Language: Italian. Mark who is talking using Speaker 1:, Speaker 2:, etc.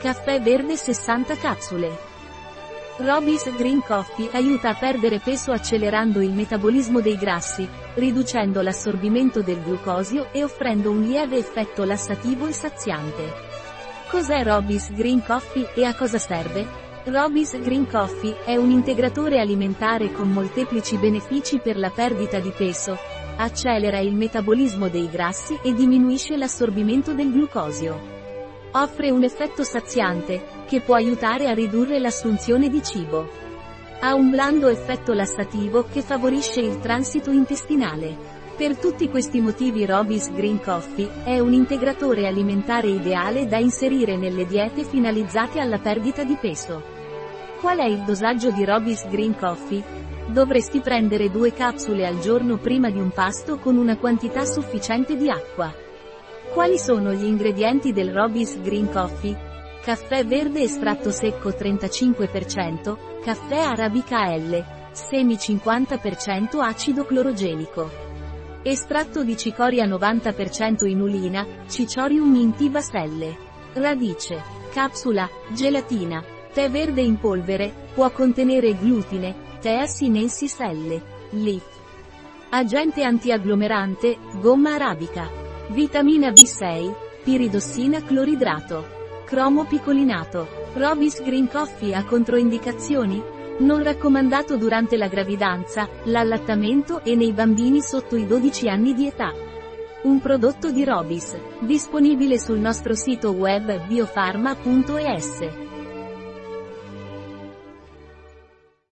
Speaker 1: Caffè verde 60 capsule. Robis Green Coffee aiuta a perdere peso accelerando il metabolismo dei grassi, riducendo l'assorbimento del glucosio e offrendo un lieve effetto lassativo e saziante. Cos'è Robis Green Coffee e a cosa serve? Robis Green Coffee è un integratore alimentare con molteplici benefici per la perdita di peso, accelera il metabolismo dei grassi e diminuisce l'assorbimento del glucosio. Offre un effetto saziante, che può aiutare a ridurre l'assunzione di cibo. Ha un blando effetto lassativo che favorisce il transito intestinale. Per tutti questi motivi Robis Green Coffee è un integratore alimentare ideale da inserire nelle diete finalizzate alla perdita di peso. Qual è il dosaggio di Robis Green Coffee? Dovresti prendere 2 capsule al giorno prima di un pasto con una quantità sufficiente di acqua. Quali sono gli ingredienti del Robis Green Coffee? Caffè verde estratto secco 35%, caffè arabica L, semi 50% acido clorogenico. Estratto di cicoria 90% inulina, Cichorium intivas L. Radice. Capsula, gelatina. Tè verde in polvere, può contenere glutine, Thea sinensis L. Leaf. Agente antiagglomerante, gomma arabica. Vitamina B6, piridossina cloridrato. Cromo picolinato. Robis Green Coffee ha controindicazioni? Non raccomandato durante la gravidanza, l'allattamento e nei bambini sotto i 12 anni di età. Un prodotto di Robis, disponibile sul nostro sito web biofarma.es.